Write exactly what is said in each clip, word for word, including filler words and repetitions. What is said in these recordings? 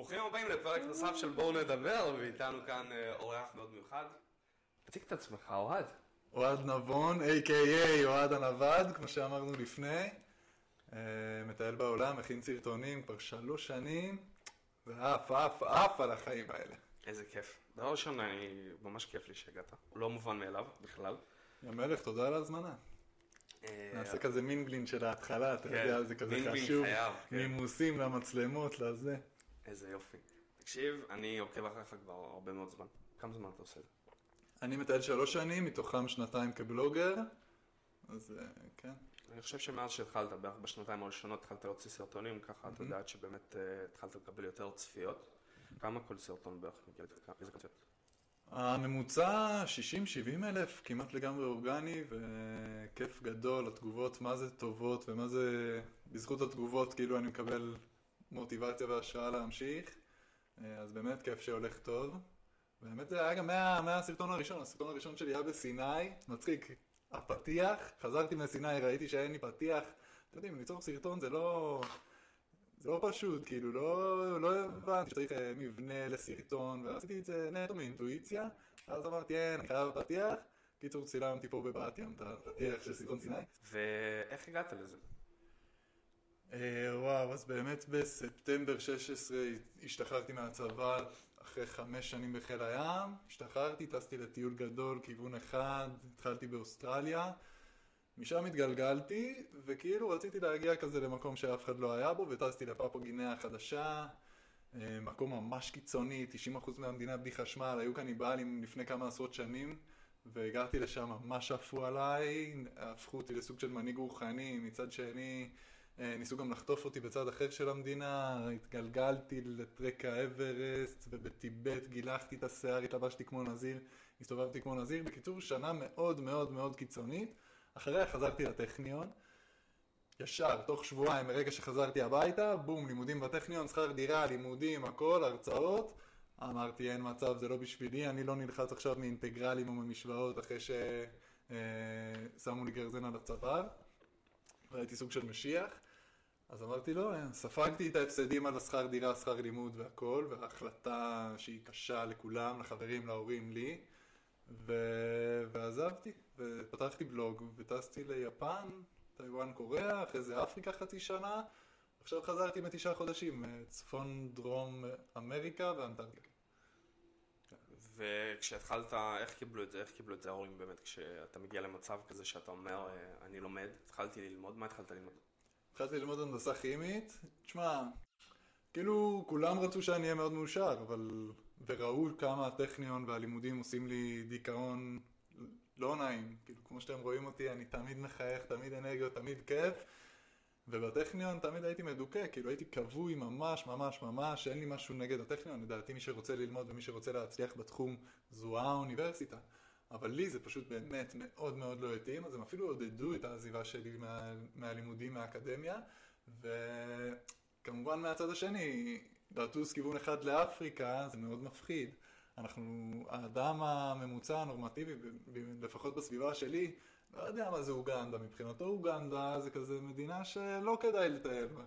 ברוכים הבאים לפרק נוסף של בואו נדבר, ואיתנו כאן אורח מאוד מיוחד. תציג את עצמך, אוהד. אוהד נבון, איי קיי איי אוהד הנווד, כמו שאמרנו לפני. מטייל בעולם, מכין סרטונים כבר שלוש שנים, ואף, אף, אף על החיים האלה. איזה כיף. דבר ראשון, אני ממש כיף לי שהגעת. לא מובן מאליו בכלל. יא מלך, תודה על ההזמנה. נעשה כזה מינגלין של ההתחלה, אתה יודע, זה כזה חשוב. נימוסים למצלמות, לזה. איזה יופי. תקשיב, אני עוקב אחריך כבר הרבה מאוד זמן. כמה זמן אתה עושה את זה? אני מטייל שלוש שנים, מתוכם שנתיים כבלוגר. אז כן. אני חושב שמאז שהתחלת, בערך בשנתיים הראשונות, התחלת להוציא סרטונים, ככה אתה יודעת שבאמת התחלת לקבל יותר צפיות. כמה כל סרטון בערך מגיע לתקע? איזה קצת? הממוצע שישים שבעים אלף, כמעט לגמרי אורגני, וכיף גדול, התגובות מה זה טובות, ומה זה, בזכות התגובות כאילו אני מקבל מוטיבציה והשראה להמשיך, אז באמת כיף שהולך טוב. באמת זה היה גם מה, מהסרטון הראשון, הסרטון הראשון שלי היה בסיני, מצחיק, הפתיח, חזרתי מסיני, ראיתי שאין לי פתיח, אתם יודעים, ליצור סרטון זה לא... זה לא פשוט, כאילו, לא, לא הבנתי שצריך מבנה לסרטון, ועשיתי את זה נטו מאינטואיציה, אז אמרתי, אין, אני חייב פתיח, קיצור צילמתי פה בבת ים, את הפתיח של סרטון סיני. ואיך הגעת לזה? וואו, אז באמת בספטמבר שש עשרה השתחררתי מהצבא אחרי חמש שנים בחיל הים, השתחררתי, טסתי לטיול גדול, כיוון אחד, התחלתי באוסטרליה, משם התגלגלתי, וכאילו רציתי להגיע כזה למקום שאף אחד לא היה בו, וטסתי לפאפואה גינאה החדשה, מקום ממש קיצוני, תשעים אחוז מהמדינה בלי חשמל, היו קניבלים לפני כמה עשרות שנים, והגעתי לשם, ממש עפו עליי, הפכו אותי לסוג של מנהיג רוחני, מצד שני ניסו גם לחטוף אותי בצד אחר של המדינה, התגלגלתי לטרק האברסט, ובטיבט גילחתי את השיער, התלבשתי כמו נזיר, הסתובבתי כמו נזיר, בקיצור שנה מאוד מאוד מאוד קיצונית. אחריה חזרתי לטכניון, ישר, תוך שבועיים, מרגע שחזרתי הביתה, בום, לימודים בטכניון, שכר דירה, לימודים, הכל, הרצאות. אמרתי, אין מצב, זה לא בשבילי, אני לא נלחץ עכשיו מאינטגרלים או ממשוואות אחרי ששמו לי גרזן על הצוואר. והייתי סוג של משיח. אז אמרתי, לא, ספגתי את ההפסדים על השכר דירה, שכר לימוד והכל, וההחלטה שהיא קשה לכולם, לחברים, להורים, לי. ו... ועזבתי, ופתחתי בלוג, וטסתי ליפן, טיואן, קוריאה, אחרי זה אפריקה חצי שנה, עכשיו חזרתי מתשעה חודשים, צפון דרום אמריקה ואנטארקטיקה. וכשהתחלת, איך קיבלו את זה, איך קיבלו את זה ההורים באמת, כשאתה מגיע למצב כזה שאתה אומר, אני לומד, התחלתי ללמוד, מה התחלת ללמוד? התחלתי ללמוד הנדסה כימית, תשמע, כאילו כולם רצו שאני אהיה מאוד מאושר, אבל וראו כמה הטכניון והלימודים עושים לי דיכאון לא נעים, כאילו כמו שאתם רואים אותי, אני תמיד מחייך, תמיד אנרגיות, תמיד כיף, ובטכניון תמיד הייתי מדוכא, כאילו הייתי קבוי ממש ממש ממש, אין לי משהו נגד הטכניון, לדעתי מי שרוצה ללמוד ומי שרוצה להצליח בתחום זו האוניברסיטה, אבל לי זה פשוט באמת מאוד מאוד לא התאים, אז הם אפילו עודדו את העזיבה שלי מה, מהלימודים, מהאקדמיה, וכמובן מהצד השני, לטוס כיוון אחד לאפריקה זה מאוד מפחיד. אנחנו, האדם הממוצע הנורמטיבי, לפחות בסביבה שלי, לא יודע מה זה אוגנדה, מבחינתו אוגנדה זה כזה מדינה שלא כדאי לטייל בה,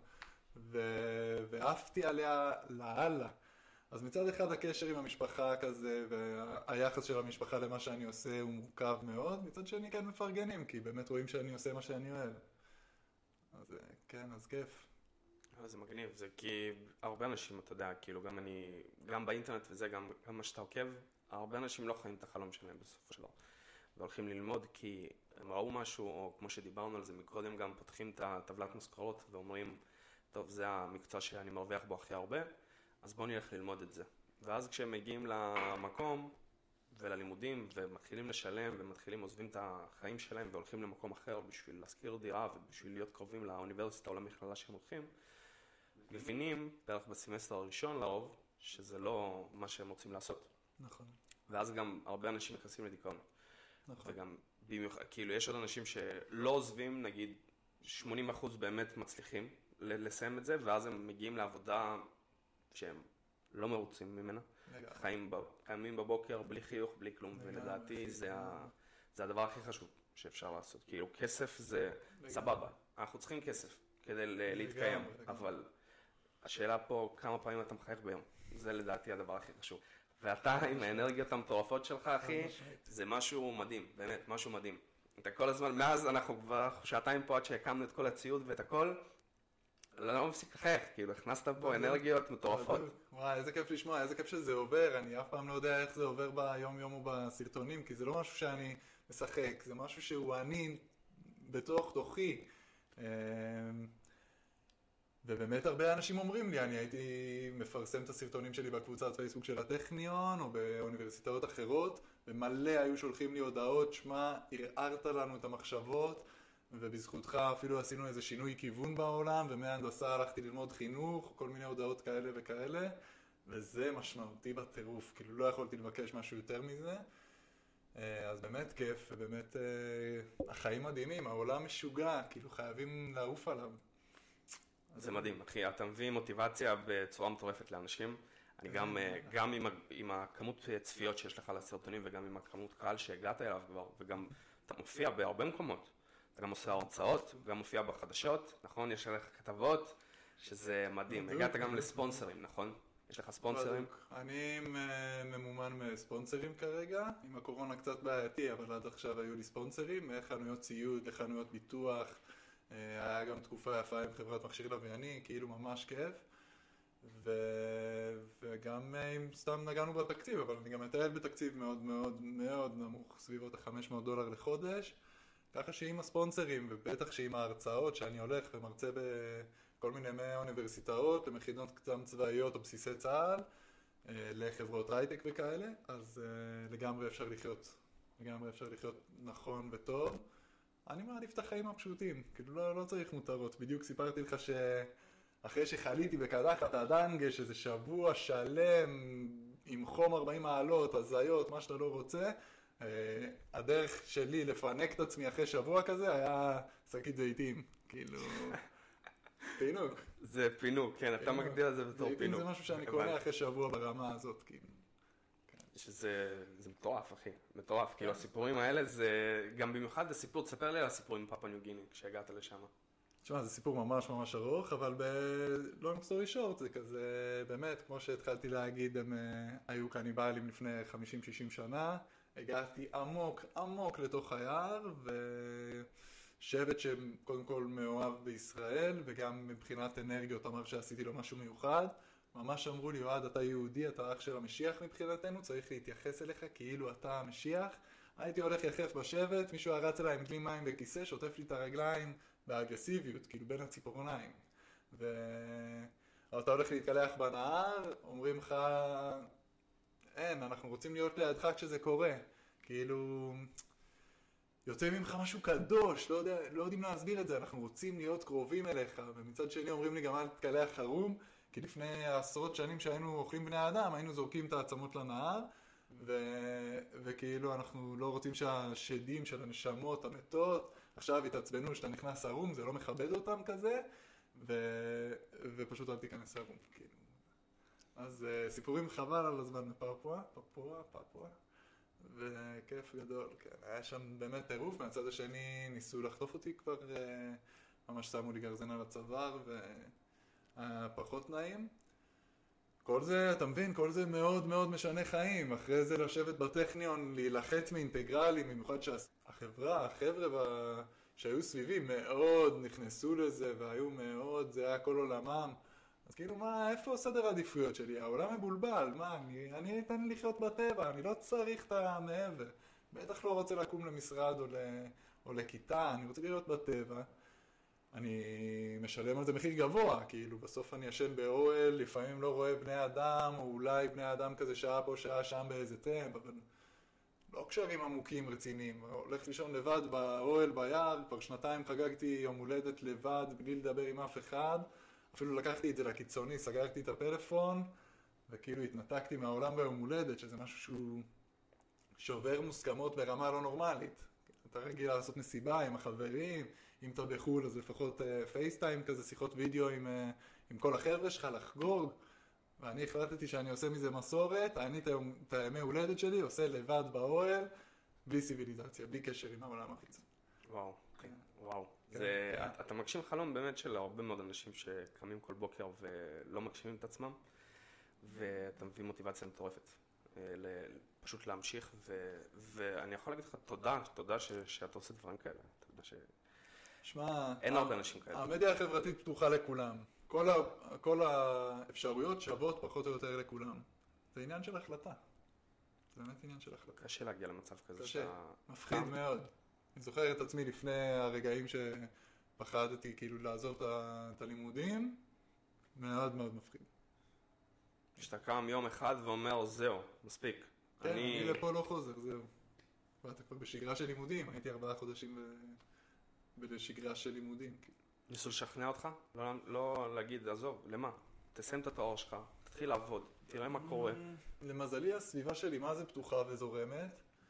ועפתי עליה להלאה. אז מצד אחד הקשר עם המשפחה כזה, והיחס של המשפחה למה שאני עושה הוא מורכב מאוד, מצד שני כן מפרגנים, כי באמת רואים שאני עושה מה שאני אוהב. אז כן, אז כיף. זה מגניב, זה כי הרבה אנשים, אתה יודע, כאילו גם אני, גם באינטרנט וזה, גם, גם מה שאתה עוקב, הרבה אנשים לא חיים את החלום שלהם בסופו של דבר, והולכים ללמוד כי הם ראו משהו, או כמו שדיברנו על זה מקודם, גם פותחים את הטבלת משכורות ואומרים, טוב, זה המקצוע שאני מרוויח בו הכי הרבה, אז בואו נלך ללמוד את זה. ואז כשהם מגיעים למקום וללימודים ומתחילים לשלם ומתחילים עוזבים את החיים שלהם והולכים למקום אחר בשביל להשכיר דירה ובשביל להיות קרובים לאוניברסיטה או למכללה שהם הולכים, מבינים, בערך בסמסטר הראשון לרוב, שזה לא מה שהם רוצים לעשות. נכון. ואז גם הרבה אנשים נכנסים לדיכאון. נכון. וגם, במיוחד, כאילו, יש עוד אנשים שלא עוזבים, נגיד, שמונים אחוז באמת מצליחים לסיים את זה, ואז הם מגיעים לעבודה שהם לא מרוצים ממנה. חיים, קיימים בבוקר, בלי חיוך, בלי כלום, ולדעתי זה, ה, זה הדבר הכי חשוב שאפשר לעשות. כאילו, כסף זה סבבה. אנחנו צריכים כסף כדי להתקיים, אבל השאלה פה, כמה פעמים אתה מחייך ביום? זה לדעתי הדבר הכי חשוב. ואתה עם האנרגיות המטורפות שלך, אחי, זה משהו מדהים, באמת, משהו מדהים. אתה כל הזמן, מאז אנחנו כבר שעתיים פה עד שהקמנו את כל הציוד ואת הכל, לא מפסיק לחייך, כאילו, הכנסת פה אנרגיות מטורפות. וואי, איזה כיף לשמוע, איזה כיף שזה עובר, אני אף פעם לא יודע איך זה עובר ביום יום או בסרטונים, כי זה לא משהו שאני משחק, זה משהו שהוא אני בתוך תוכי. ובאמת הרבה אנשים אומרים לי, אני הייתי מפרסם את הסרטונים שלי בקבוצת פייסבוק של הטכניון או באוניברסיטאות אחרות, ומלא היו שולחים לי הודעות, שמה, הרערת לנו את המחשבות, ובזכותך אפילו עשינו איזה שינוי כיוון בעולם, ומהנדסה הלכתי ללמוד חינוך, כל מיני הודעות כאלה וכאלה, וזה משמעותי בטירוף, כאילו לא יכולתי לבקש משהו יותר מזה. אז באמת כיף, ובאמת החיים מדהימים, העולם משוגע, כאילו חייבים לעוף עליו. זה מדהים, אחי, אתה מביא מוטיבציה בצורה מטורפת לאנשים. אני גם, גם עם, עם הכמות צפיות שיש לך לסרטונים וגם עם הכמות קהל שהגעת אליו כבר, וגם אתה מופיע בהרבה מקומות. אתה גם עושה הרצאות, גם מופיע בחדשות, נכון? יש לך כתבות, שזה מדהים. הגעת גם לספונסרים, נכון? יש לך ספונסרים? אני ממומן מספונסרים כרגע, עם הקורונה קצת בעייתי, אבל עד עכשיו היו לי ספונסרים, מחנויות ציוד לחנויות ביטוח, היה גם תקופה יפה עם חברת מכשיר לווייני, כאילו ממש כיף, ו... וגם אם סתם נגענו בתקציב, אבל אני גם מטייל בתקציב מאוד מאוד מאוד נמוך, סביבות ה-חמש מאות דולר לחודש, ככה שעם הספונסרים, ובטח שעם ההרצאות שאני הולך ומרצה בכל מיני אוניברסיטאות, למכינות קדם צבאיות או בסיסי צה"ל, לחברות הייטק וכאלה, אז לגמרי אפשר לחיות, לגמרי אפשר לחיות נכון וטוב. אני מעדיף את החיים הפשוטים, כאילו לא, לא צריך מותרות. בדיוק סיפרתי לך שאחרי שחליתי בקדחת הדנגש, איזה שבוע שלם עם חום ארבעים מעלות, הזיות, מה שאתה לא רוצה, הדרך שלי לפנק את עצמי אחרי שבוע כזה היה שקית זיתים, כאילו, פינוק. זה פינוק, כן, אתה מגדיר את זה בתור פינוק. זיתים זה משהו שאני קונה אחרי שבוע ברמה הזאת, כאילו. שזה זה מטורף, אחי, מטורף. כאילו הסיפורים האלה זה גם במיוחד הסיפור, תספר לי על הסיפור עם פאפואה ניו גיני כשהגעת לשם. תשמע, זה סיפור ממש ממש ארוך, אבל ב-long story short זה כזה, באמת, כמו שהתחלתי להגיד, הם היו קניבלים לפני חמישים שישים שנה, הגעתי עמוק עמוק לתוך היער, ושבט שקודם כל מאוהב בישראל, וגם מבחינת אנרגיות אמר שעשיתי לו משהו מיוחד. ממש אמרו לי, יועד, אתה יהודי, אתה אח של המשיח מבחינתנו, צריך להתייחס אליך כאילו אתה המשיח. הייתי הולך יחף בשבט, מישהו הרץ אליי עם דלי מים בכיסא, שוטף לי את הרגליים באגרסיביות, כאילו בין הציפורניים. ו... אבל אתה הולך להתקלח בנהר, אומרים לך, אין, אנחנו רוצים להיות לידך כשזה קורה. כאילו, יוצא ממך משהו קדוש, לא, יודע, לא יודעים להסביר את זה, אנחנו רוצים להיות קרובים אליך. ומצד שני אומרים לי גם אל תתקלח חרום, כי לפני עשרות שנים שהיינו אוכלים בני האדם, היינו זורקים את העצמות לנהר, ו... וכאילו אנחנו לא רוצים שהשדים של הנשמות המתות, עכשיו התעצבנו שאתה נכנס ערום, זה לא מכבד אותם כזה, ו... ופשוט אל תיכנס ערום, כאילו. אז סיפורים חבל על הזמן מפפואה, פפואה, פפואה, וכיף גדול, כן. היה שם באמת טירוף, מהצד השני ניסו לחטוף אותי כבר, ממש שמו לי גרזן על הצוואר, ו... פחות נעים. כל זה, אתה מבין, כל זה מאוד מאוד משנה חיים. אחרי זה לשבת בטכניון, להילחץ מאינטגרלים, במיוחד שהחברה, החבר'ה שהיו סביבי מאוד נכנסו לזה, והיו מאוד, זה היה כל עולמם. אז כאילו, מה, איפה סדר העדיפויות שלי? העולם מבולבל, מה, אני, אני אתן לי לחיות בטבע, אני לא צריך את המעבר. בטח לא רוצה לקום למשרד או, ל, או לכיתה, אני רוצה להיות בטבע. אני משלם על זה מחיר גבוה, כאילו בסוף אני ישן באוהל, לפעמים לא רואה בני אדם, או אולי בני אדם כזה שעה פה, שעה שם באיזה טמפ, אבל לא קשרים עמוקים רציניים. הולך לישון לבד באוהל ביער, כבר שנתיים חגגתי יום הולדת לבד, בלי לדבר עם אף אחד, אפילו לקחתי את זה לקיצוני, סגרתי את הפלאפון, וכאילו התנתקתי מהעולם ביום הולדת, שזה משהו שהוא שובר מוסכמות ברמה לא נורמלית. אתה רגיל לעשות מסיבה עם החברים, אם אתה בחול אז לפחות פייסטיים כזה, שיחות וידאו עם, עם כל החבר'ה שלך לחגוג, ואני החלטתי שאני עושה מזה מסורת, אני את הימי הולדת שלי עושה לבד באוהל, בלי סיביליזציה, בלי קשר עם העולם החיצון. וואו, כן. וואו, זה, כן. אתה, אתה מגשים חלום באמת של הרבה מאוד אנשים שקמים כל בוקר ולא מגשימים את עצמם, ואתה מביא מוטיבציה מטורפת. אה, ל- פשוט להמשיך, ו, ואני יכול להגיד לך תודה, תודה ש, שאתה עושה דברים כאלה. אתה יודע ש... שמע, אין הרבה אנשים כאלה. המדיה החברתית פתוחה לכולם. כל, ה, כל האפשרויות שוות פחות או יותר לכולם. זה עניין של החלטה. זה באמת עניין של החלטה. קשה להגיע למצב כזה קשה, שאתה... מפחיד קם. מאוד. אני זוכר את עצמי לפני הרגעים שפחדתי כאילו לעזוב את ה- את הלימודים, מאוד מאוד מפחיד. כשאתה קם יום אחד ואומר, זהו, מספיק. כן, אני אני לפה לא חוזר, זהו. ואתה כבר בשגרה של לימודים, הייתי ארבעה חודשים ב... בשגרה של לימודים. כאילו. ניסו לשכנע אותך? לא, לא להגיד, עזוב, למה? תסיים את התואר שלך, תתחיל לעבוד, תראה מה קורה. למזלי הסביבה שלי מה זה פתוחה וזורמת.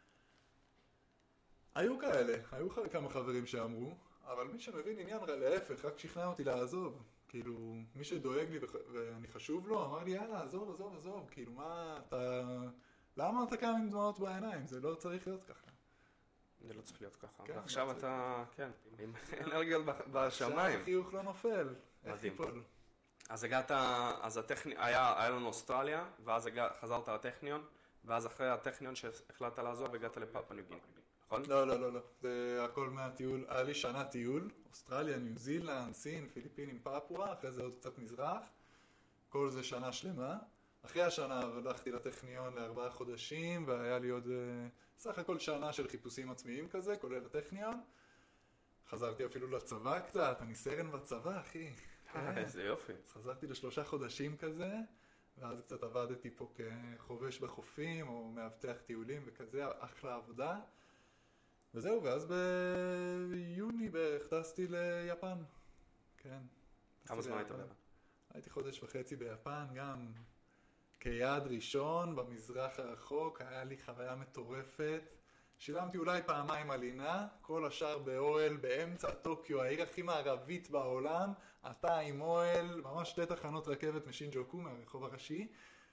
היו כאלה, היו ח- כמה חברים שאמרו, אבל מי שמבין עניין להפך, רק שכנע אותי לעזוב. כאילו, מי שדואג לי וח- ואני חשוב לו, אמר לי, יאללה, עזוב, עזוב, עזוב. כאילו, מה, אתה... למה אתה קם עם דמעות בעיניים? זה לא צריך להיות ככה. זה לא צריך להיות ככה. כן, ועכשיו לא צריך. אתה, כן, עם אנרגיה ב- בשמיים. עכשיו החיוך לא נופל. איך מדהים. ייפול? אז הגעת, אז הטכני... היה, היה לנו אוסטרליה, ואז הגע... חזרת לטכניון, ואז אחרי הטכניון שהחלטת לעזוב, הגעת לפאפה ניו גיני, נכון? לא, לא, לא, לא. זה הכל מהטיול. היה לי שנה טיול. אוסטרליה, ניו זילנד, סין, פיליפינים, פפואה, אחרי זה עוד קצת מזרח. כל זה שנה שלמה. אחרי השנה הלכתי לטכניון לארבעה חודשים, והיה לי עוד אה, סך הכל שנה של חיפושים עצמיים כזה, כולל הטכניון. חזרתי אפילו לצבא קצת, אני סרן בצבא, אחי. אה, איזה יופי. אז חזרתי לשלושה חודשים כזה, ואז קצת עבדתי פה כחובש בחופים, או מאבטח טיולים וכזה, אחלה עבודה. וזהו, ואז ביוני בערך טסתי ליפן. כן. כמה טסתי זמן היית ליפן. ביפן? הייתי חודש וחצי ביפן, גם כיעד ראשון במזרח הרחוק, היה לי חוויה מטורפת. שילמתי אולי פעמיים על לינה, כל השאר באוהל באמצע טוקיו, העיר הכי מערבית בעולם, אתה עם אוהל, ממש שתי תחנות רכבת משינג'וקו מהרחוב הראשי.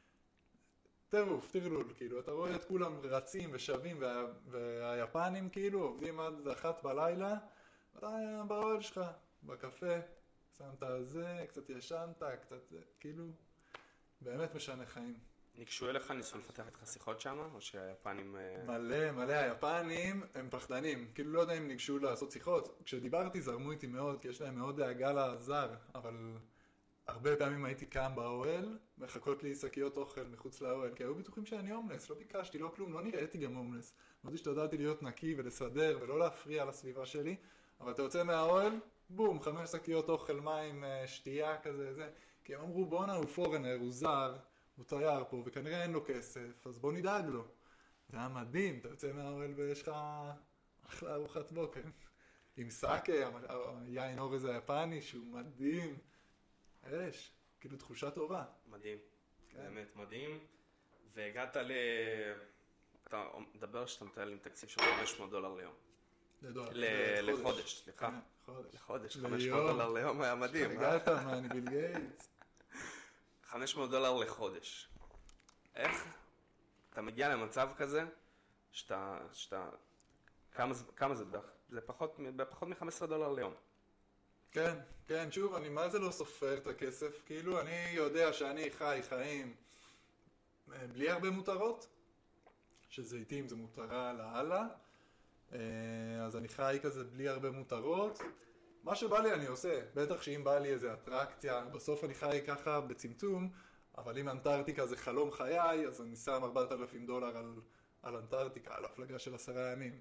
טירוף, טרלול, כאילו, אתה רואה את כולם רצים ושווים, וה, והיפנים כאילו עובדים עד אחת בלילה, ואתה באוהל שלך, בקפה, שמת על זה, קצת ישנת, קצת זה, כאילו, באמת משנה חיים. ניגשו אליך, ניסו לפתח איתך שיחות שם, או שהיפנים... אה, מלא, מלא, היפנים הם פחדנים, כאילו לא יודע אם ניגשו לעשות שיחות. כשדיברתי זרמו איתי מאוד, כי יש להם מאוד דאגה לזר, אבל הרבה פעמים הייתי קם באוהל, מחכות לי שקיות אוכל מחוץ לאוהל, כי היו בטוחים שאני הומלס, לא ביקשתי, לא כלום, לא נראיתי גם הומלס. מאוד השתדלתי להיות נקי ולסדר ולא להפריע לסביבה שלי, אבל אתה יוצא מהאוהל, בום, חמש שקיות אוכל, מים, שתייה כזה, זה. כי הם אמרו, בונה, הוא פורנר, הוא זר, הוא תייר פה, וכנראה אין לו כסף, אז בוא נדאג לו. זה היה מדהים, אתה יוצא מהאוהל ויש לך אחלה ארוחת בוקר. עם סאקה, יין אורז היפני, שהוא מדהים. יש, כאילו תחושה טובה. מדהים, כן. באמת מדהים. והגעת ל... אתה מדבר שאתה מטייל עם תקציב של חמש מאות דולר ליום. לדולר. ל- לחודש, סליחה. כן, חודש. לחודש, ליום. חמש מאות דולר ליום היה מדהים. אה? הגעת מה, אני ביל גייטס. חמש מאות דולר לחודש. איך אתה מגיע למצב כזה, שאתה, שאתה, כמה, זה- כמה זה בערך? זה פחות, מ- בפחות מ-חמישה עשר דולר ליום. כן, כן, שוב, אני מה זה לא סופר את הכסף, כאילו, אני יודע שאני חי חיים אה, בלי הרבה מותרות, שזיתים זה מותרה לאללה, אה, אז אני חי כזה בלי הרבה מותרות, מה שבא לי אני עושה, בטח שאם בא לי איזה אטרקציה, בסוף אני חי ככה בצמצום, אבל אם אנטארקטיקה זה חלום חיי, אז אני שם ארבעת אלפים דולר על, על אנטארקטיקה, על הפלגה של עשרה ימים.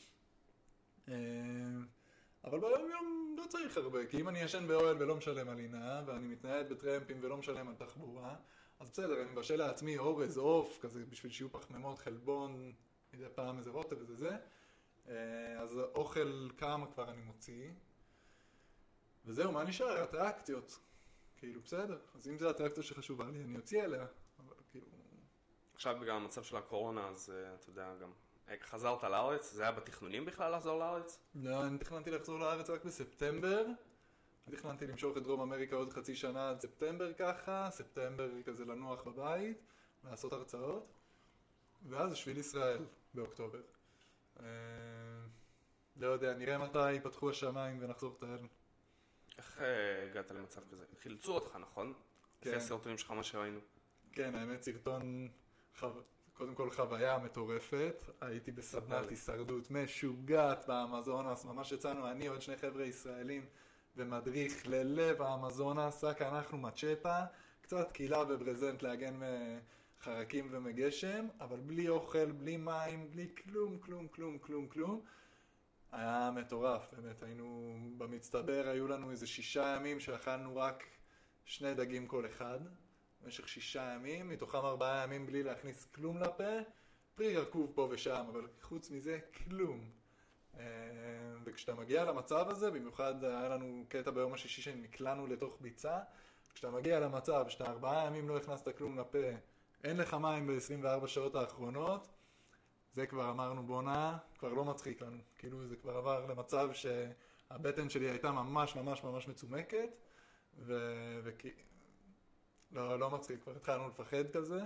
אה, אבל ביום יום לא צריך הרבה, כי אם אני ישן באוהל ולא משלם על לינה, ואני מתנייד בטרמפים ולא משלם על תחבורה, אז בסדר, אני מבשל לעצמי אורז, עוף, כזה בשביל שיהיו פחמימות, חלבון, מדי פעם איזה רוטב וזה זה. אה, אז אוכל כמה כבר אני מוציא. וזהו, מה נשאר? אטרקציות. כאילו, בסדר. אז אם זה אטרקציה שחשובה לי, אני אוציא אליה. אבל כאילו... עכשיו בגלל המצב של הקורונה, אז אה, אתה יודע גם, אה, חזרת לארץ, זה היה בתכנונים בכלל לחזור לארץ? לא, אני תכננתי לחזור לארץ רק בספטמבר. אני תכננתי למשוך את דרום אמריקה עוד חצי שנה עד ספטמבר ככה, ספטמבר כזה לנוח בבית, לעשות הרצאות, ואז שביל ישראל באוקטובר. אה, לא יודע, נראה מתי ייפתחו השמיים ונחזור לטייל. איך אה, הגעת למצב כזה? חילצו אותך, נכון? כן. לפי הסרטונים שלך, מה שראינו. כן, האמת סרטון, חו... קודם כל חוויה מטורפת, הייתי בסדנת הישרדות משוגעת באמזונס, ממש יצאנו אני עוד שני חבר'ה ישראלים ומדריך ללב האמזונס, רק אנחנו מצ'טה, קצת קהילה וברזנט להגן מחרקים ומגשם, אבל בלי אוכל, בלי מים, בלי כלום, כלום, כלום, כלום, כלום. היה מטורף, באמת, היינו במצטבר, היו לנו איזה שישה ימים שאכלנו רק שני דגים כל אחד. במשך שישה ימים, מתוכם ארבעה ימים בלי להכניס כלום לפה, פרי ירקוב פה ושם, אבל חוץ מזה כלום. וכשאתה מגיע למצב הזה, במיוחד היה לנו קטע ביום השישי שנקלענו לתוך ביצה, כשאתה מגיע למצב שאתה ארבעה ימים לא הכנסת כלום לפה, אין לך מים ב-עשרים וארבע שעות האחרונות, זה כבר אמרנו בונה, כבר לא מצחיק לנו. כאילו זה כבר עבר למצב שהבטן שלי הייתה ממש ממש ממש מצומקת, ו... וכי... לא, לא מצחיק, כבר התחלנו לפחד כזה.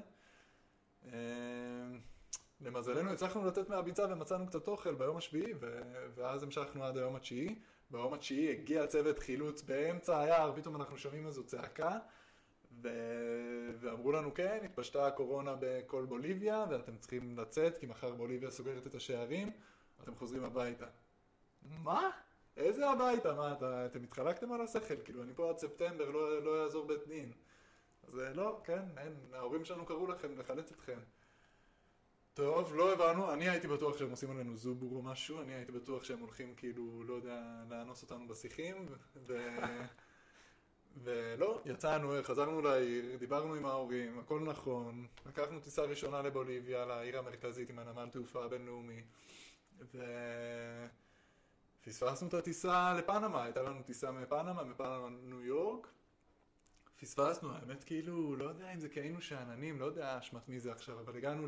למזלנו הצלחנו לצאת מהביצה ומצאנו קצת אוכל ביום השביעי, ואז המשכנו עד היום התשיעי. ביום התשיעי הגיע צוות חילוץ באמצע היער, פתאום אנחנו שומעים איזו צעקה, ואמרו לנו כן, התפשטה הקורונה בכל בוליביה, ואתם צריכים לצאת, כי מחר בוליביה סוגרת את השערים, אתם חוזרים הביתה. מה? איזה הביתה? מה, אתם התחלקתם על השכל? כאילו, אני פה עד ספטמבר, לא, לא יעזור בית דין. אז לא, כן, אין, ההורים שלנו קראו לכם לחלץ אתכם. טוב, לא הבנו, אני הייתי בטוח שהם עושים עלינו זובור או משהו, אני הייתי בטוח שהם הולכים כאילו, לא יודע, לאנוס אותנו בשיחים, ו... ולא, יצאנו, חזרנו לעיר, דיברנו עם ההורים, הכל נכון, לקחנו טיסה ראשונה לבוליביה, לעיר המרכזית עם הנמל תעופה הבינלאומי, ופספסנו את הטיסה לפנמה, הייתה לנו טיסה מפנמה, מפנמה ניו יורק, פספסנו, האמת כאילו, לא יודע אם זה כי היינו שעננים, לא יודע אשמת מי זה עכשיו, אבל הגענו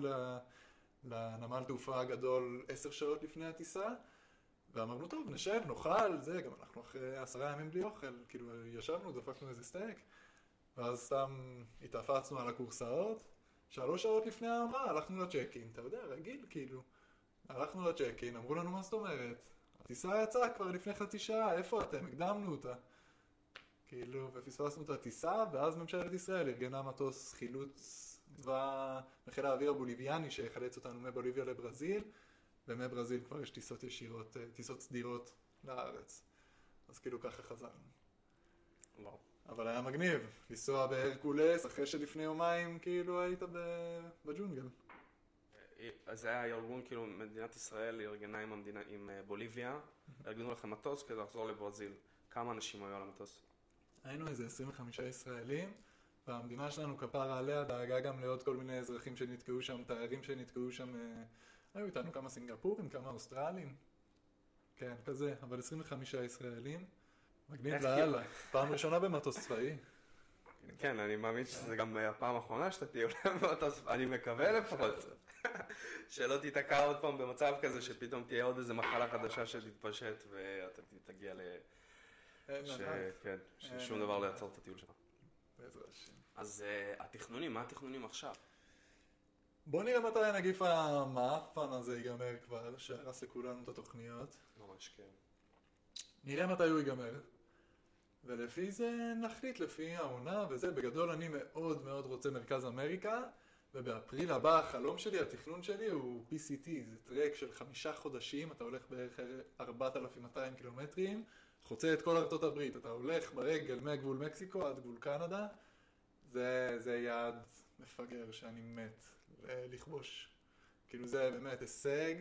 לנמל תעופה הגדול עשר שעות לפני הטיסה, ואמרנו, טוב, נשב, נאכל, זה, גם אנחנו אחרי עשרה ימים בלי אוכל, כאילו ישבנו, דפקנו איזה סטייק, ואז סתם התאפצנו על הקורסאות, שלוש שעות לפני ההמראה, הלכנו לצ'קין, אתה יודע, רגיל כאילו, הלכנו לצ'קין, אמרו לנו מה זאת אומרת, הטיסה יצאה כבר לפני חצי שעה, איפה אתם? הקדמנו אותה. כאילו, ופספסנו את הטיסה, ואז ממשלת ישראל ארגנה מטוס חילוץ בחיל האוויר הבוליביאני שיחלץ אותנו מבוליביה לברזיל, ומברזיל כבר יש טיסות ישירות, טיסות סדירות לארץ. אז כאילו ככה חזרנו. וואו. אבל היה מגניב, לנסוע בהרקולס אחרי שלפני יומיים כאילו היית בג'ונגל. אז זה היה ארגון, כאילו מדינת ישראל ארגנה עם המדינה, עם בוליביה, ארגנו לכם מטוס כדי לחזור לברזיל. כמה אנשים היו על המטוס? היינו איזה עשרים וחמישה ישראלים, והמדינה שלנו כפרה עליה דאגה גם לעוד כל מיני אזרחים שנתקעו שם, תיירים שנתקעו שם, היו איתנו כמה סינגפורים, כמה אוסטרלים, כן, כזה, אבל עשרים וחמישה ישראלים, מגניב לאללה, פעם ראשונה במטוס צבאי. כן, אני מאמין שזה גם הפעם האחרונה שאתה תהיה במטוס, אני מקווה לפחות, שלא תיתקע עוד פעם במצב כזה, שפתאום תהיה עוד איזה מחלה חדשה שתתפשט ואתה תגיע ל... כן, ששום דבר לא יעצור את הטיול שלך. בעזרת השם. אז התכנונים, מה התכנונים עכשיו? בוא נראה מתי הנגיף המאפן הזה ייגמר כבר, שהרס לכולנו את התוכניות. ממש כן. נראה מתי הוא ייגמר. ולפי זה נחליט, לפי העונה וזה. בגדול אני מאוד מאוד רוצה מרכז אמריקה, ובאפריל הבא החלום שלי, התכנון שלי הוא פי סי טי, זה טרק של חמישה חודשים, אתה הולך בערך ארבעת אלפים מאתיים קילומטרים, חוצה את כל ארצות הברית, אתה הולך ברגל מהגבול מקסיקו עד גבול קנדה, זה, זה יעד מפגר שאני מת לכבוש. כאילו זה באמת הישג.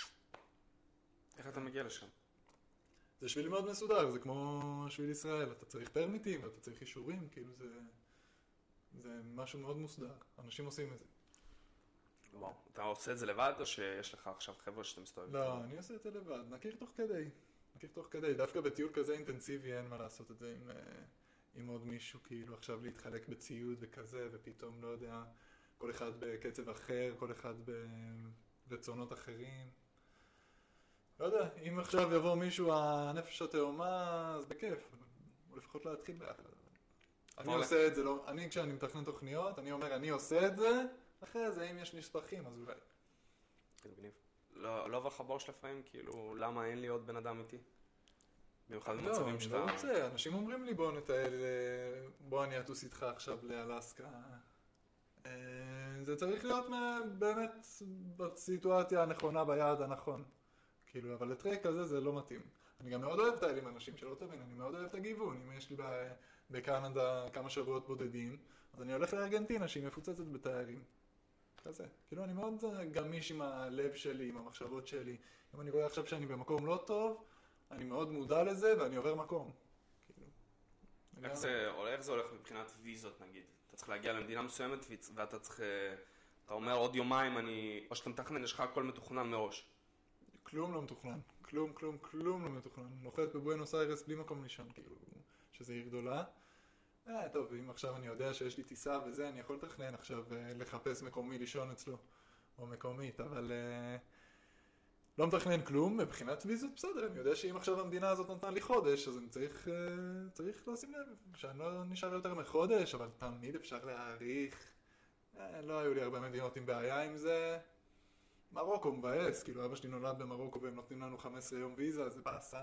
איך אתה מגיע לשם? זה שביל מאוד מסודר, זה כמו שביל ישראל, אתה צריך פרמיטים ואתה צריך אישורים, כאילו זה, זה משהו מאוד מוסדר, אנשים עושים את זה. וואו, אתה עושה את זה לבד או שיש לך עכשיו חבר'ה שאתה מסתובב? לא, אני עושה את זה לבד, נכיר תוך כדי. נכיר תוך כדי, דווקא בטיול כזה אינטנסיבי אין מה לעשות את זה עם, עם עוד מישהו, כאילו עכשיו להתחלק בציוד וכזה, ופתאום לא יודע, כל אחד בקצב אחר, כל אחד ברצונות אחרים. לא יודע, אם עכשיו יבוא מישהו הנפש התאומה, אז בכיף, או לפחות להתחיל ביחד. אני עושה את זה, לא, אני כשאני מתכנן תוכניות, אני אומר אני עושה את זה, אחרי זה אם יש נספחים אז אולי. זה מגניב. לא, לא עובר לך בראש לפעמים, כאילו, למה אין לי עוד בן אדם איתי? במיוחד לא, במצבים אני שאתה... לא רוצה, אנשים אומרים לי בוא נטייל, אה, בוא אני אטוס איתך עכשיו לאלסקה. אה, זה צריך להיות מ- באמת בסיטואציה הנכונה, ביעד הנכון. כאילו, אבל לטרק כזה זה לא מתאים. אני גם מאוד אוהב טייל עם אנשים, שלא תבין, אני מאוד אוהב את הגיוון. אם יש לי ב- בקנדה כמה שבועות בודדים, אז אני הולך לארגנטינה שהיא מפוצצת בתיירים. כזה. כאילו, אני מאוד גמיש עם הלב שלי, עם המחשבות שלי. אם אני רואה עכשיו שאני במקום לא טוב, אני מאוד מודע לזה ואני עובר מקום. כאילו, איך לגמרי. זה, או איך זה הולך מבחינת ויזות נגיד? אתה צריך להגיע למדינה מסוימת ויצ- ואתה צריך... אה, אתה אומר עוד יומיים אני... או שאתה מתכנן, יש לך הכל מתוכנן מראש. כלום לא מתוכנן. כלום, כלום, כלום לא מתוכנן. נוחת בבואנוס איירס בלי מקום לישון, כאילו, שזה עיר גדולה. אה, טוב, אם עכשיו אני יודע שיש לי טיסה וזה, אני יכול לתכנן עכשיו אה, לחפש מקומי לישון אצלו, או מקומית, אבל אה, לא מתכנן כלום. מבחינת ויזות בסדר, אני יודע שאם עכשיו המדינה הזאת נתנה לי חודש, אז אני צריך, אה, צריך לשים לב שאני לא נשאר יותר מחודש, אבל תמיד אפשר להאריך. אה, לא היו לי הרבה מדינות עם בעיה עם זה. מרוקו מבאס, כאילו אבא שלי נולד במרוקו והם נותנים לנו חמישה עשר יום ויזה, זה באסה.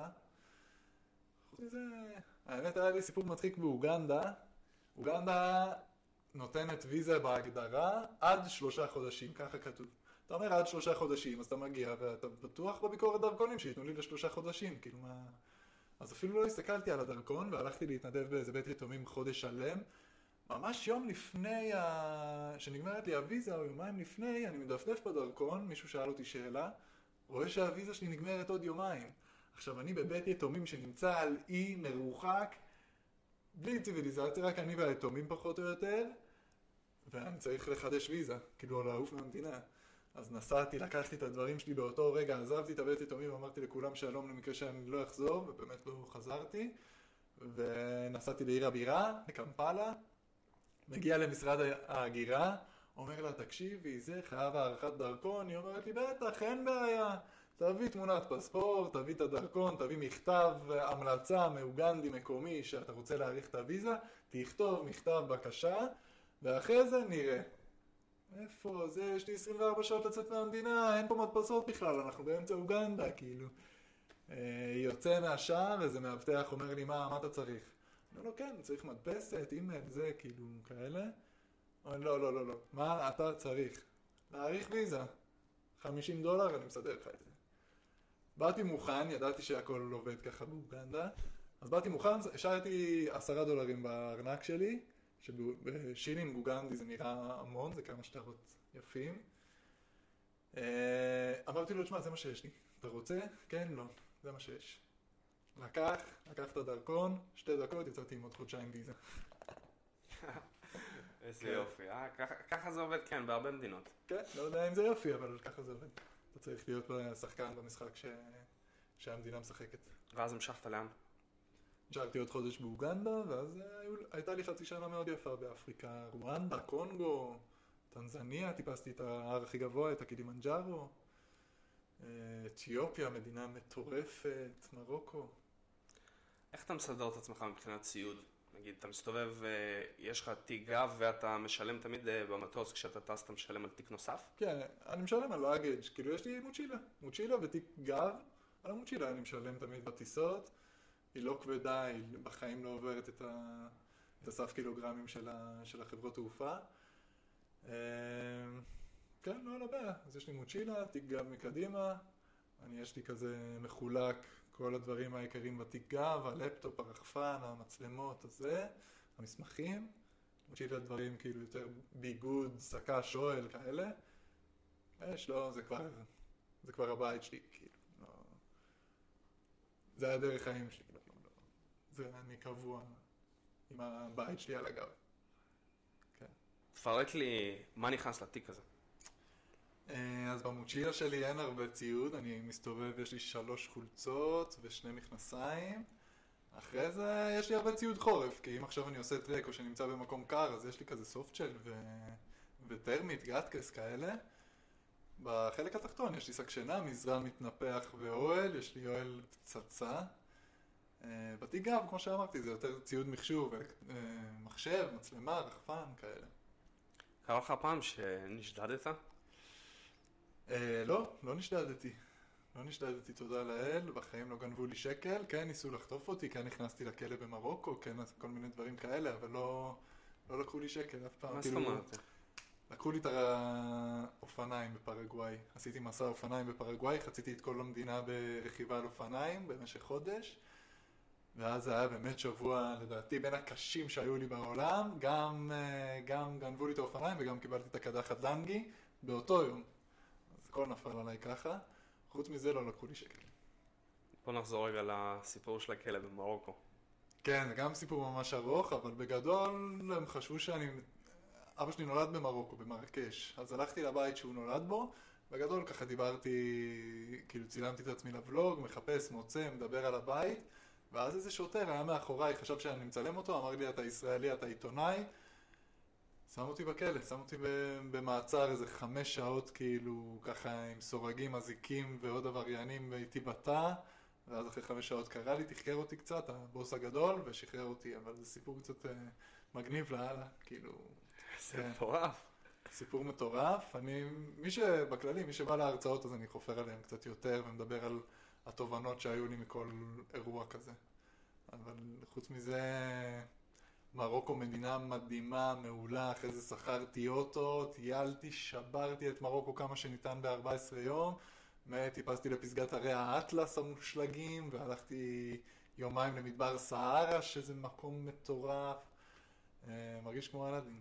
חוץ מזה, האמת היה לי סיפור מצחיק באוגנדה. אוגנדה נותנת ויזה בהגדרה עד שלושה חודשים, ככה כתוב. אתה אומר עד שלושה חודשים, אז אתה מגיע ואתה בטוח בביקורת דרכונים שייתנו לי לשלושה חודשים, כאילו מה... אז אפילו לא הסתכלתי על הדרכון והלכתי להתנדב באיזה בית יתומים חודש שלם. ממש יום לפני ה... שנגמרת לי הוויזה, או יומיים לפני, אני מדפדף בדרכון, מישהו שאל אותי שאלה, רואה שהוויזה שלי נגמרת עוד יומיים. עכשיו, אני בבית יתומים שנמצא על אי מרוחק, בלי ציוויליזציה, רק אני והיתומים פחות או יותר, ואני צריך לחדש ויזה, כאילו לעוף מהמדינה. אז נסעתי, לקחתי את הדברים שלי באותו רגע, עזבתי את הבית יתומים, אמרתי לכולם שלום למקרה שאני לא אחזור, ובאמת לא חזרתי, ונסעתי לעיר הבירה, לקמפלה, מגיע למשרד ההגירה, אומר לה, תקשיבי, זה חייב הערכת דרכון, היא אומרת לי, בטח, אין בעיה, תביא תמונת פספורט, תביא את הדרכון, תביא מכתב המלצה מאוגנדי מקומי שאתה רוצה להאריך את הוויזה, תכתוב מכתב בקשה, ואחרי זה נראה. איפה? זה, יש לי עשרים וארבע שעות לצאת מהמדינה, אין פה מדפסות בכלל, אנחנו באמצע אוגנדה, כאילו. אה, יוצא מהשער, איזה מאבטח אומר לי, מה, מה אתה צריך? אני אומר לו, כן, צריך מדפסת, אימייל, זה, כאילו, כאלה. אומר, לא, לא, לא, לא. מה אתה צריך? להאריך ויזה. חמישים דולר, אני מסדר לך את זה. באתי מוכן, ידעתי שהכל עובד ככה באוגנדה. אז באתי מוכן, השארתי עשרה דולרים בארנק שלי, שבשילינג אוגנדי זה נראה המון, זה כמה שטרות יפים. אה, אמרתי לו, תשמע, זה מה שיש לי. אתה רוצה? כן, לא. זה מה שיש. לקח, לקח את הדרכון, שתי דקות, יצאתי עם עוד חודשיים ויזה. איזה יופי, אה? ככה- ככה זה עובד, כן, בהרבה מדינות. כן, לא יודע אם זה יופי, אבל ככה זה עובד. אתה צריך להיות שחקן במשחק ש... שהמדינה משחקת. ואז המשכת לאן? נשארתי עוד חודש באוגנדה, ואז היו... הייתה לי חצי שנה מאוד יפה באפריקה, רואנדה, קונגו, טנזניה, טיפסתי את ההר הכי גבוה, את הקילימנג'ארו, אתיופיה, מדינה מטורפת, מרוקו. איך אתה מסדר את עצמך מבחינת ציוד? נגיד, אתה מסתובב, אה, יש לך תיק גב ואתה משלם תמיד אה, במטוס, כשאתה טס אתה משלם על תיק נוסף? כן, אני משלם על לאגג', כאילו יש לי מוצ'ילה, מוצ'ילה ותיק גב, על המוצ'ילה אני משלם תמיד בטיסות, היא לא כבדה, היא בחיים לא עוברת את, ה... את הסף קילוגרמים של, ה... של החברות תעופה. אה, כן, לא, לא בעיה, אז יש לי מוצ'ילה, תיק גב מקדימה, אני יש לי כזה מחולק, כל הדברים העיקריים בתיק גב, הלפטופ, הרחפן, המצלמות, הזה, המסמכים, מוצ'ילה דברים כאילו יותר ביגוד, שקה, שואל, כאלה. יש, לא, זה כבר, זה כבר הבית שלי, כאילו, לא, זה הדרך חיים שלי, לא, לא, זה אני קבוע עם הבית שלי על הגב. כן. תפרט לי מה נכנס לתיק הזה. אה, אז במוצ'ילה שלי אין הרבה ציוד, אני מסתובב, יש לי שלוש חולצות ושני מכנסיים. אחרי זה יש לי הרבה ציוד חורף, כי אם עכשיו אני עושה טרק או שנמצא במקום קר, אז יש לי כזה סופטשל ו... וטרמית, גטקס כאלה. בחלק התחתון יש לי שק שינה, מזרן מתנפח ואוהל, יש לי אוהל פצצה. אה, בתיק גב, כמו שאמרתי, זה יותר ציוד מחשוב, אה, מחשב, מצלמה, רחפן, כאלה. קרה לך פעם שנשדדת? אה, לא, לא נשדדתי. לא נשדדתי, תודה לאל, בחיים לא גנבו לי שקל, כן ניסו לחטוף אותי, כן נכנסתי לכלא במרוקו, כן כל מיני דברים כאלה, אבל לא, לא לקחו לי שקל אף פעם. מה זאת כאילו, אומרת? לקחו לי את האופניים בפרגוואי. עשיתי מסע אופניים בפרגוואי, חציתי את כל המדינה ברכיבה על אופניים במשך חודש, ואז זה היה באמת שבוע, לדעתי, בין הקשים שהיו לי בעולם. גם, אה, גם גנבו לי את האופניים וגם קיבלתי את הקדחת דנגי באותו יום. אז הכל נפל עליי ככה. חוץ מזה לא לקחו לי שקל. בוא נחזור רגע לסיפור של הכלא במרוקו. כן, זה גם סיפור ממש ארוך, אבל בגדול הם חשבו שאני... אבא שלי נולד במרוקו, במרקש. אז הלכתי לבית שהוא נולד בו. בגדול ככה דיברתי, כאילו צילמתי את עצמי לבלוג, מחפש, מוצא, מדבר על הבית. ואז איזה שוטר היה מאחוריי, חשב שאני מצלם אותו, אמר לי, אתה ישראלי, אתה עיתונאי. שם אותי בכלא, שם אותי במעצר איזה חמש שעות, כאילו ככה עם סורגים, מזיקים ועוד עבריינים איתי בתא. ואז אחרי חמש שעות קרא לי, תחקר אותי קצת, הבוס הגדול, ושחרר אותי, אבל זה סיפור קצת אה, מגניב לאללה, כאילו... זה כן, מטורף. סיפור מטורף. אני, מי שבכללי, מי שבא להרצאות, אז אני חופר עליהם קצת יותר, ומדבר על התובנות שהיו לי מכל אירוע כזה. אבל חוץ מזה, מרוקו מדינה מדהימה, מעולה, אחרי זה שכרתי אוטו, טיילתי, שברתי את מרוקו כמה שניתן ב-ארבעה עשר יום, טיפסתי לפסגת הרי האטלס המושלגים, והלכתי יומיים למדבר סהרה, שזה מקום מטורף. מרגיש כמו אלאדין.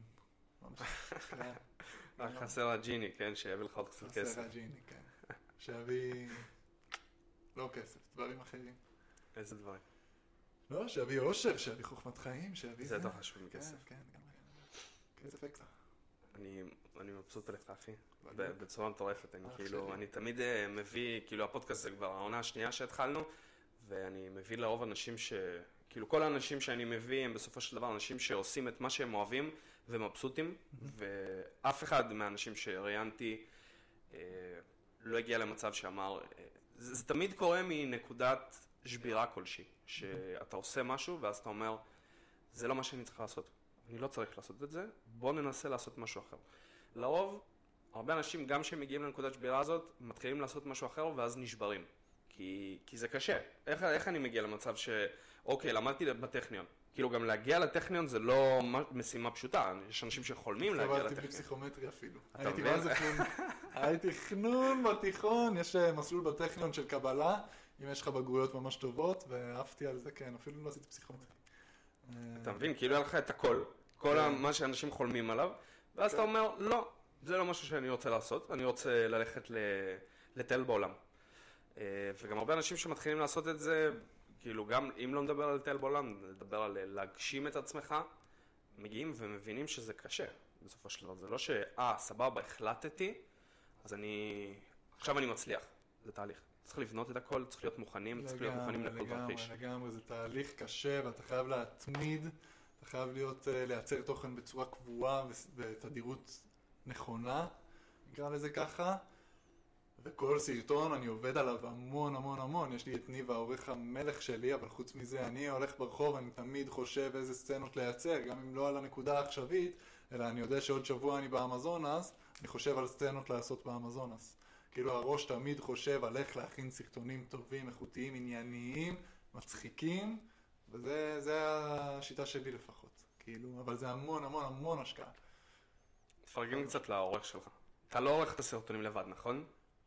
רק חסר הג'יני, כן? שיביא לך עוד קצת כסף. חסר הג'יני, כן. שיביא... לא כסף, דברים אחרים. איזה דברים? לא, שיביא אושר, שיביא חוכמת חיים, שיביא... זה יותר חשוב מכסף. כן, כן, גם כסף אקסטרה. אני מבסוט עליך, אחי. בצורה מטורפת. אני כאילו, אני תמיד מביא, כאילו הפודקאסט זה כבר העונה השנייה שהתחלנו, ואני מביא לרוב אנשים ש... כאילו כל האנשים שאני מביא הם בסופו של דבר אנשים שעושים את מה שהם אוהבים ומבסוטים, ואף אחד מהאנשים שראיינתי לא הגיע למצב שאמר, זה, זה תמיד קורה מנקודת שבירה כלשהי, שאתה עושה משהו ואז אתה אומר, זה לא מה שאני צריך לעשות, אני לא צריך לעשות את זה, בוא ננסה לעשות משהו אחר. לרוב, הרבה אנשים גם שהם מגיעים לנקודת שבירה הזאת, מתחילים לעשות משהו אחר ואז נשברים. כי, כי זה קשה. איך, איך אני מגיע למצב ש... אוקיי, למדתי בטכניון. כאילו גם להגיע לטכניון זה לא משימה פשוטה. יש אנשים שחולמים להגיע לטכניון. התחברתי בפסיכומטרי אפילו. הייתי מה זה חנון. הייתי חנון בתיכון. יש מסלול בטכניון של קבלה, אם יש לך בגרויות ממש טובות, ואהבתי על זה, כן, אפילו לא עשיתי פסיכומטרי. אתה מבין? כאילו היה לך את הכל. כל מה שאנשים חולמים עליו, ואז אתה אומר, לא, זה לא משהו שאני רוצה לעשות. אני רוצה ללכת לטייל בעולם. וגם הרבה אנשים שמתחילים לעשות את זה, כאילו גם אם לא נדבר על טייל בעולם, נדבר על להגשים את עצמך, מגיעים ומבינים שזה קשה בסופו של דבר. זה לא שאה, סבבה, החלטתי, אז אני, עכשיו אני מצליח. זה תהליך. צריך לבנות את הכל, צריך להיות מוכנים, צריך להיות מוכנים לכל תרחיש. לגמרי, לגמרי, זה תהליך קשה ואתה חייב להתמיד, אתה חייב להיות, לייצר תוכן בצורה קבועה ותדירות נכונה, נקרא לזה ככה. וכל סרטון אני עובד עליו המון המון המון, יש לי את ניב העורך המלך שלי, אבל חוץ מזה אני הולך ברחוב, אני תמיד חושב איזה סצנות לייצר, גם אם לא על הנקודה העכשווית, אלא אני יודע שעוד שבוע אני באמזונס, אני חושב על סצנות לעשות באמזונס. כאילו הראש תמיד חושב על איך להכין סרטונים טובים, איכותיים, ענייניים, מצחיקים, וזה זה השיטה שלי לפחות. כאילו, אבל זה המון המון המון השקעה. תפרגן קצת לעורך שלך. אתה לא עורך את הסרטונים לבד, נכון?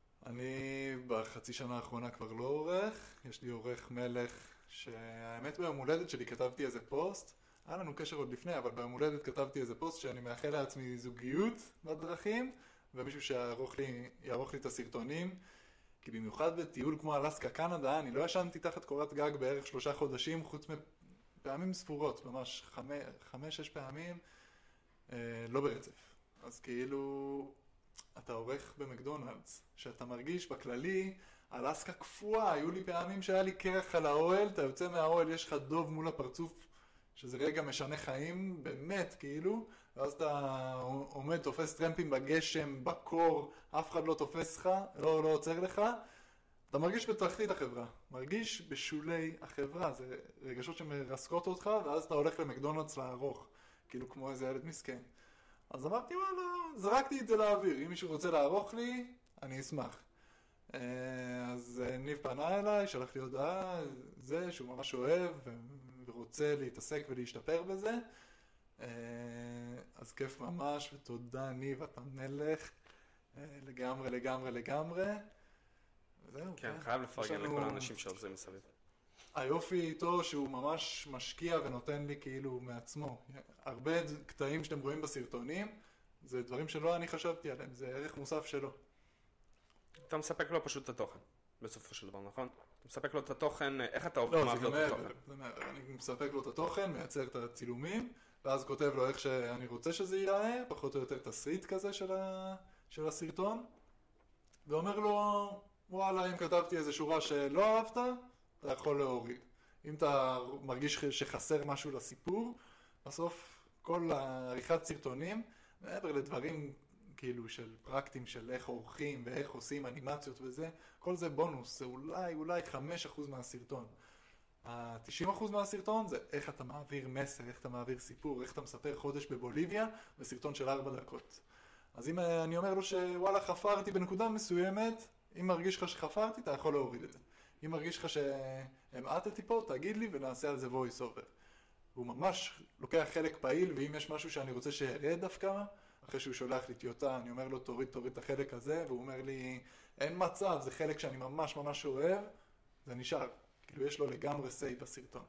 אני בחצי שנה האחרונה כבר לא עורך, יש לי עורך מלך שהאמת ביום הולדת שלי כתבתי איזה פוסט, היה לנו קשר עוד לפני, אבל ביום הולדת כתבתי איזה פוסט שאני מאחל לעצמי זוגיות בדרכים, ומישהו שיערוך לי, יערוך לי את הסרטונים, כי במיוחד בטיול כמו אלסקה קנדה, אני לא ישנתי תחת קורת גג בערך שלושה חודשים, חוץ מפעמים ספורות, ממש חמש, חמש, שש פעמים, אה, לא ברצף. אז כאילו... אתה עורך במקדונלדס, שאתה מרגיש בכללי, אלסקה קפואה, היו לי פעמים שהיה לי קרח על האוהל, אתה יוצא מהאוהל, יש לך דוב מול הפרצוף, שזה רגע משנה חיים, באמת, כאילו, ואז אתה עומד, תופס טרמפים בגשם, בקור, אף אחד לא תופס לך, לא, לא עוצר לך, אתה מרגיש בתחתית החברה, מרגיש בשולי החברה, זה רגשות שמרסקות אותך, ואז אתה הולך למקדונלדס לערוך, כאילו כמו איזה ילד מסכן. אז אמרתי, וואלה, זרקתי את זה לאוויר, אם מישהו רוצה לערוך לי, אני אשמח. אה, אז אה, ניב פנה אליי, שלח לי הודעה, זה שהוא ממש אוהב ו- ורוצה להתעסק ולהשתפר בזה. אה, אז כיף ממש, ותודה ניב, אתה מלך. אה, לגמרי, לגמרי, לגמרי. וזהו, כן, חייב יש לפרגן לנו- לכל האנשים שעוזרים מסביב. היופי איתו שהוא ממש משקיע ונותן לי כאילו מעצמו. הרבה קטעים שאתם רואים בסרטונים, זה דברים שלא אני חשבתי עליהם, זה ערך מוסף שלו. אתה מספק לו פשוט את התוכן, בסופו של דבר, נכון? אתה מספק לו את התוכן, איך אתה לא, זה מעביר גם את מעבר, התוכן? זה מעבר. אני מספק לו את התוכן, מייצר את הצילומים, ואז כותב לו איך שאני רוצה שזה ייראה, פחות או יותר תסריט כזה של, ה... של הסרטון, ואומר לו, וואלה, אם כתבתי איזה שורה שלא אהבת, אתה יכול להוריד. אם אתה מרגיש שחסר משהו לסיפור, בסוף כל העריכת סרטונים, מעבר לדברים כאילו של פרקטים של איך עורכים ואיך עושים אנימציות וזה, כל זה בונוס, זה אולי אולי חמישה אחוז מהסרטון. ה-תשעים אחוז מהסרטון זה איך אתה מעביר מסר, איך אתה מעביר סיפור, איך אתה מספר חודש בבוליביה בסרטון של ארבע דקות. אז אם אני אומר לו שוואלה חפרתי בנקודה מסוימת, אם מרגיש לך שחפרתי אתה יכול להוריד את זה. אם מרגיש לך שהמעטתי פה, תגיד לי ונעשה על זה voice over. הוא ממש לוקח חלק פעיל, ואם יש משהו שאני רוצה שירד דווקא, אחרי שהוא שולח לי טיוטה, אני אומר לו תוריד, תוריד את החלק הזה, והוא אומר לי אין מצב, זה חלק שאני ממש ממש אוהב, זה נשאר. כאילו יש לו לגמרי say בסרטון.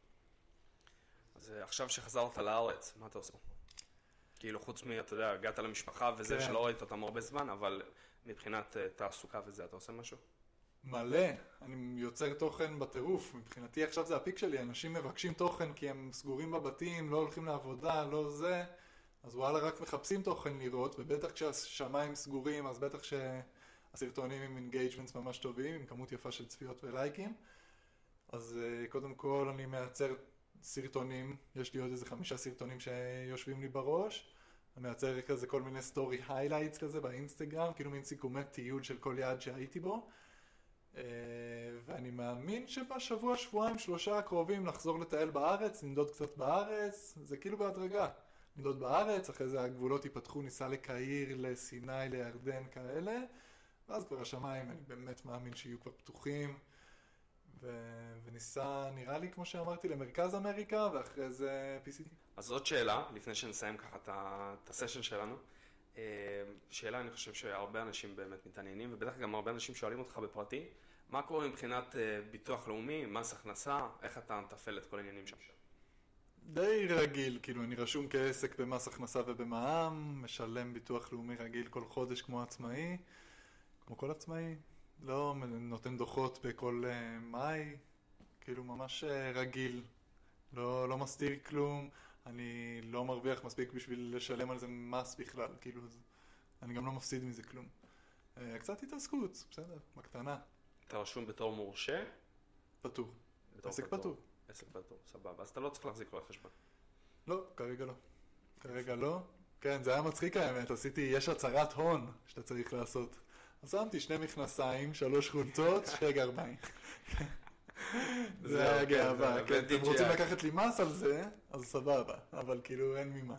אז אה, עכשיו שחזרת לארץ, מה אתה עושה? כאילו חוץ מ, אתה יודע, הגעת למשפחה וזה כן. שלא ראית אותם הרבה זמן, אבל מבחינת אה, תעסוקה וזה, אתה עושה משהו? מלא, אני יוצר תוכן בטירוף, מבחינתי עכשיו זה הפיק שלי, אנשים מבקשים תוכן כי הם סגורים בבתים, לא הולכים לעבודה, לא זה, אז וואלה רק מחפשים תוכן לראות, ובטח כשהשמיים סגורים, אז בטח שהסרטונים עם אינגייג'מנטס ממש טובים, עם כמות יפה של צפיות ולייקים, אז uh, קודם כל אני מייצר סרטונים, יש לי עוד איזה חמישה סרטונים שיושבים לי בראש, אני מייצר כזה כל מיני סטורי היילייטס כזה באינסטגרם, כאילו מין סיכומי טיול של כל יעד שהייתי בו, Uh, ואני מאמין שבשבוע, שבועיים, שלושה הקרובים נחזור לטייל בארץ, נמדוד קצת בארץ, זה כאילו בהדרגה. נמדוד בארץ, אחרי זה הגבולות ייפתחו, ניסע לקהיר, לסיני, לירדן, כאלה, ואז כבר השמיים, אני באמת מאמין שיהיו כבר פתוחים, ו- וניסע, נראה לי, כמו שאמרתי, למרכז אמריקה, ואחרי זה פי סי טי. אז עוד שאלה, לפני שנסיים ככה את ה- את הסשן שלנו. אה, שאלה, אני חושב שהרבה אנשים באמת מתעניינים, ובטח גם הרבה אנשים שואלים אותך בפרטי, מה קורה מבחינת אה, ביטוח לאומי, מס הכנסה, איך אתה מתפעל את כל העניינים שם? די רגיל, כאילו אני רשום כעסק במס הכנסה ובמע"מ, משלם ביטוח לאומי רגיל כל חודש כמו עצמאי, כמו כל עצמאי, לא נותן דוחות בכל uh, מאי, כאילו ממש uh, רגיל, לא, לא מסתיר כלום, אני לא מרוויח מספיק בשביל לשלם על זה מס בכלל, כאילו זה, אני גם לא מפסיד מזה כלום. Uh, קצת התעסקות, בסדר, בקטנה, אתה רשום בתור מורשה? פטור, בתור עסק פטור. עסק פטור, סבבה. אז אתה לא צריך להחזיק רואה חשבון. לא, כרגע לא. כרגע לא. כן, זה היה מצחיק האמת, עשיתי, יש הצהרת הון שאתה צריך לעשות. אז שמתי שני מכנסיים, שלוש חולצות, שתי גרביים. זה היה גאווה, כן, אתם רוצים לקחת לי מס על זה, אז סבבה, אבל כאילו אין ממה.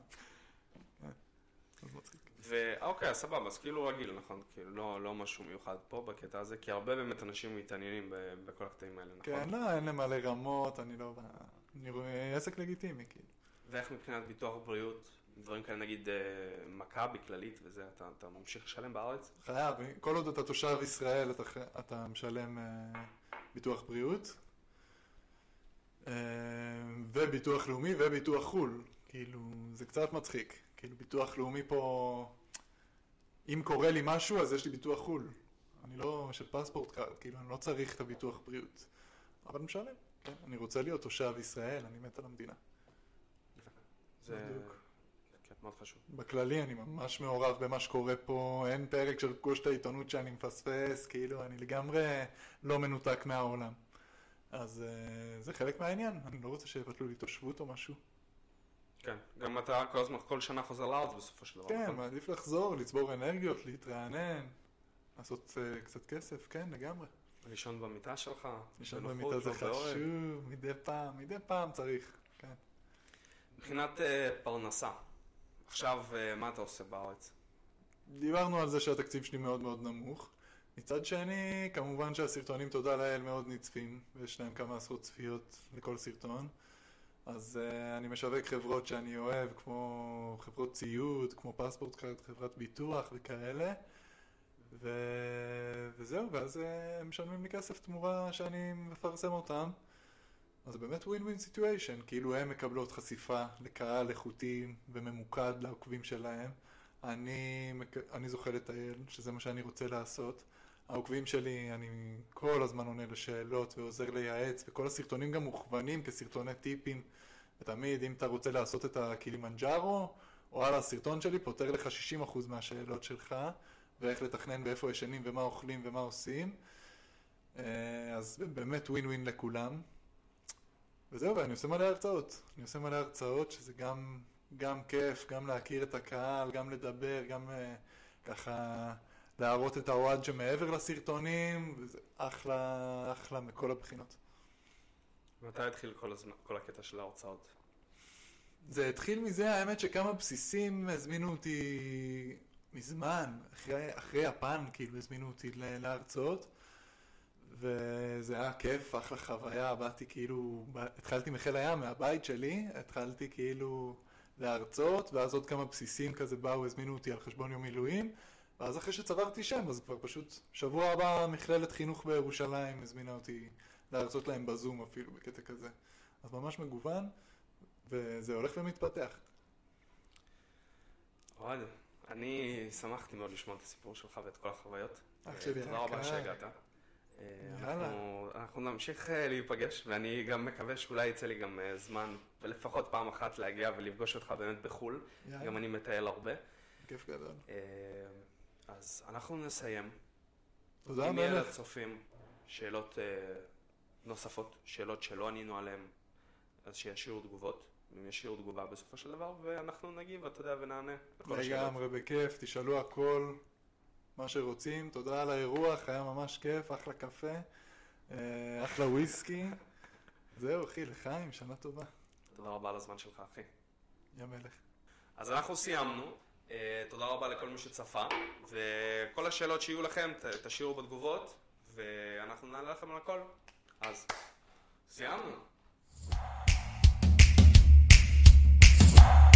אז מצחיק. ואוקיי, אז סבבה, אז כאילו רגיל, נכון? כאילו לא, לא משהו מיוחד פה בקטע הזה, כי הרבה באמת אנשים מתעניינים ב- בכל הקטעים האלה, נכון? כן, לא, אין למלא רמות, אני לא... אני רואה עסק לגיטימי, כאילו. ואיך מבחינת ביטוח בריאות, דברים כאלה נגיד אה, מכבי כללית וזה, אתה, אתה ממשיך לשלם בארץ? חייב, כל עוד אתה תושב ישראל אתה, אתה משלם uh, ביטוח בריאות uh, וביטוח לאומי וביטוח חול, כאילו זה קצת מצחיק, כאילו ביטוח לאומי פה, אם קורה לי משהו אז יש לי ביטוח חול, אני לא של פספורט קארד, כאילו אני לא צריך את הביטוח בריאות, אבל משלם, כן? אני רוצה להיות תושב ישראל, אני מת על המדינה. זה בדיוק. כן, מאוד חשוב. בכללי אני ממש מעורב במה שקורה פה, אין פרק של פגוש את העיתונות שאני מפספס, כאילו אני לגמרי לא מנותק מהעולם. אז uh, זה חלק מהעניין, אני לא רוצה שיבטלו לי תושבות או משהו. כן, גם אתה כל הזמן, כל שנה חוזר לארץ בסופו של דבר. כן, נכון? מעדיף לחזור, לצבור אנרגיות, להתרענן, לעשות uh, קצת כסף, כן, לגמרי. לישון במיטה שלך, לישון בנוחות, במיטה זה לא באוהל. חשוב, מדי פעם, מדי פעם צריך, כן. מבחינת אה, פרנסה, עכשיו אה, מה אתה עושה בארץ? דיברנו על זה שהתקציב שלי מאוד מאוד נמוך. מצד שני, כמובן שהסרטונים תודה לאל מאוד נצפים, ויש להם כמה עשרות צפיות לכל סרטון. אז uh, אני משווק חברות שאני אוהב, כמו חברות ציוד, כמו פספורט קארד, חברת ביטוח וכאלה. ו... וזהו, ואז uh, הם משלמים לי כסף תמורה שאני מפרסם אותם. אז באמת ווין-ווין סיטואשן, כאילו הם מקבלות חשיפה לקהל איכותי וממוקד לעוקבים שלהם. אני, אני זוכה לטייל, שזה מה שאני רוצה לעשות. העוקבים שלי, אני כל הזמן עונה לשאלות ועוזר לייעץ, וכל הסרטונים גם מוכוונים כסרטוני טיפים. ותמיד, אם אתה רוצה לעשות את הקילימנג'ארו, או על הסרטון שלי, פותר לך שישים אחוז מהשאלות שלך, ואיך לתכנן ואיפה ישנים ומה אוכלים ומה עושים. אז באמת ווין ווין לכולם. וזהו, ואני עושה מלא הרצאות. אני עושה מלא הרצאות, שזה גם, גם כיף, גם להכיר את הקהל, גם לדבר, גם uh, ככה להראות את הוואד שמעבר לסרטונים, וזה אחלה, אחלה מכל הבחינות. מתי התחיל כל, הזמן, כל הקטע של ההרצאות? זה התחיל מזה, האמת שכמה בסיסים הזמינו אותי מזמן, אחרי, אחרי הפן, כאילו הזמינו אותי להרצאות. וזה היה כיף, אחלה חוויה, באתי כאילו, התחלתי מחיל הים מהבית שלי, התחלתי כאילו להרצות, ואז עוד כמה בסיסים כזה באו, הזמינו אותי על חשבון יום מילואים, ואז אחרי שצברתי שם, אז כבר פשוט שבוע הבא מכללת חינוך בירושלים הזמינה אותי להרצות להם בזום אפילו, בקטע כזה. אז ממש מגוון, וזה הולך ומתפתח. אוהד, אני שמחתי מאוד לשמוע את הסיפור שלך ואת כל החוויות. אח שלי, תודה רבה שהגעת. אנחנו, אנחנו נמשיך להיפגש, ואני גם מקווה שאולי יצא לי גם זמן, ולפחות פעם אחת להגיע ולפגוש אותך באמת בחול. יאללה. גם אני מטייל הרבה. כיף גדול. אז אנחנו נסיים. תודה אם מלך. יהיה לצופים שאלות נוספות, שאלות שלא ענינו עליהן, אז שישאירו תגובות, אם ישאירו תגובה בסופו של דבר, ואנחנו נגיב, אתה יודע, ונענה לכל השאלות. לגמרי, בכיף, תשאלו הכל. מה שרוצים, תודה על האירוח, היה ממש כיף, אחלה קפה, אחלה וויסקי. זהו אחי, לחיים, שנה טובה. תודה רבה על הזמן שלך אחי. יא מלך. אז אנחנו סיימנו, תודה רבה לכל מי שצפה, וכל השאלות שיהיו לכם תשאירו בתגובות, ואנחנו נענה לכם על הכל. אז סיימנו.